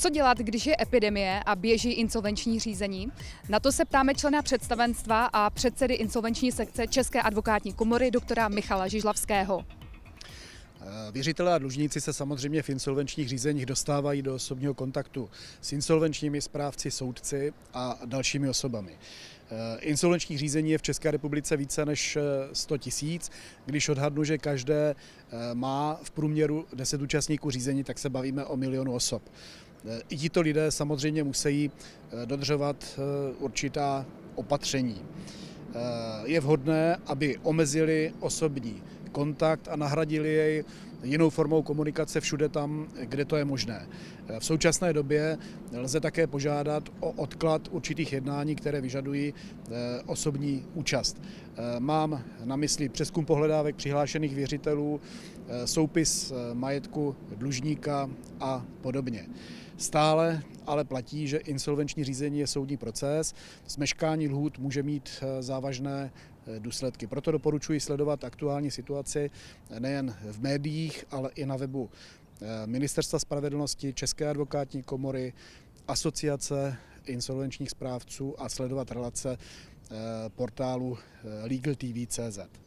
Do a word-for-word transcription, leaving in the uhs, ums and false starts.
Co dělat, když je epidemie a běží insolvenční řízení? Na to se ptáme člena představenstva a předsedy insolvenční sekce České advokátní komory doktora Michala Žižlavského. Věřitelé a dlužníci se samozřejmě v insolvenčních řízeních dostávají do osobního kontaktu s insolvenčními správci, soudci a dalšími osobami. Insolvenčních řízení je v České republice více než sto tisíc. Když odhadnu, že každé má v průměru deset účastníků řízení, tak se bavíme o milionu osob. I tito lidé samozřejmě musí dodržovat určitá opatření. Je vhodné, aby omezili osobní kontakt a nahradili jej jinou formou komunikace všude tam, kde to je možné. V současné době lze také požádat o odklad určitých jednání, které vyžadují osobní účast. Mám na mysli přezkum pohledávek přihlášených věřitelů, soupis majetku dlužníka a podobně. Stále ale platí, že insolvenční řízení je soudní proces. Zmeškání lhůt může mít závažné důsledky. Proto doporučuji sledovat aktuální situaci nejen v médiích, ale i na webu Ministerstva spravedlnosti, České advokátní komory, Asociace insolvenčních správců a sledovat relace portálu legal t v tečka cé zet.